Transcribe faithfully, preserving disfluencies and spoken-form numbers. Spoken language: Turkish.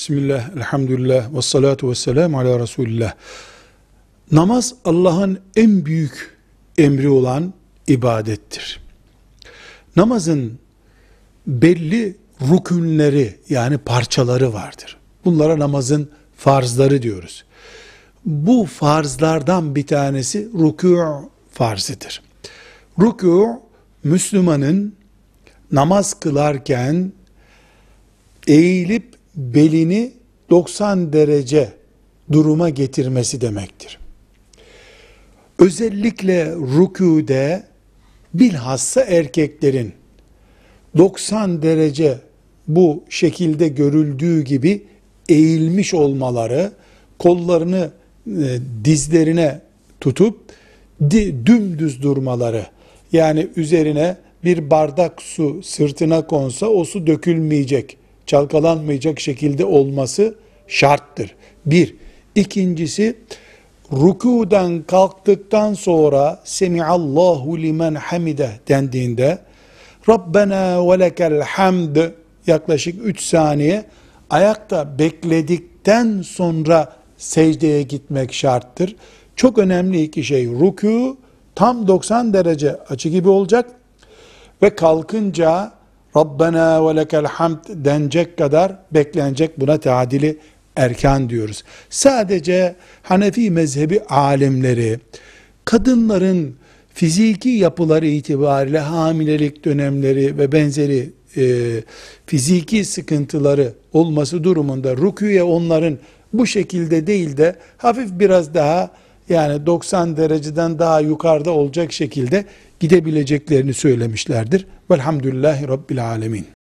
Bismillah, elhamdülillah, ve salatu ve selamu ala Resulillah. Namaz Allah'ın en büyük emri olan ibadettir. Namazın belli rükünleri yani parçaları vardır. Bunlara namazın farzları diyoruz. Bu farzlardan bir tanesi rükû farzıdır. Rükû, Müslümanın namaz kılarken eğilip belini doksan derece duruma getirmesi demektir. Özellikle rükûde bilhassa erkeklerin doksan derece bu şekilde görüldüğü gibi eğilmiş olmaları, kollarını e, dizlerine tutup di, dümdüz durmaları, yani üzerine bir bardak su sırtına konsa o su dökülmeyecek, çalkalanmayacak şekilde olması şarttır. Bir. İkincisi, rükûden kalktıktan sonra Semiallahu limen hamide dendiğinde Rabbena ve lekel hamd yaklaşık üç saniye ayakta bekledikten sonra secdeye gitmek şarttır. Çok önemli iki şey. Rükû tam doksan derece açı gibi olacak ve kalkınca Rabbena ve lekel hamd denecek kadar beklenecek. Buna tadili erkan diyoruz. Sadece Hanefi mezhebi alimleri kadınların fiziki yapıları itibariyle hamilelik dönemleri ve benzeri e, fiziki sıkıntıları olması durumunda rükûye onların bu şekilde değil de hafif biraz daha, yani doksan dereceden daha yukarıda olacak şekilde gidebileceklerini söylemişlerdir. Velhamdülillahi Rabbil alemin.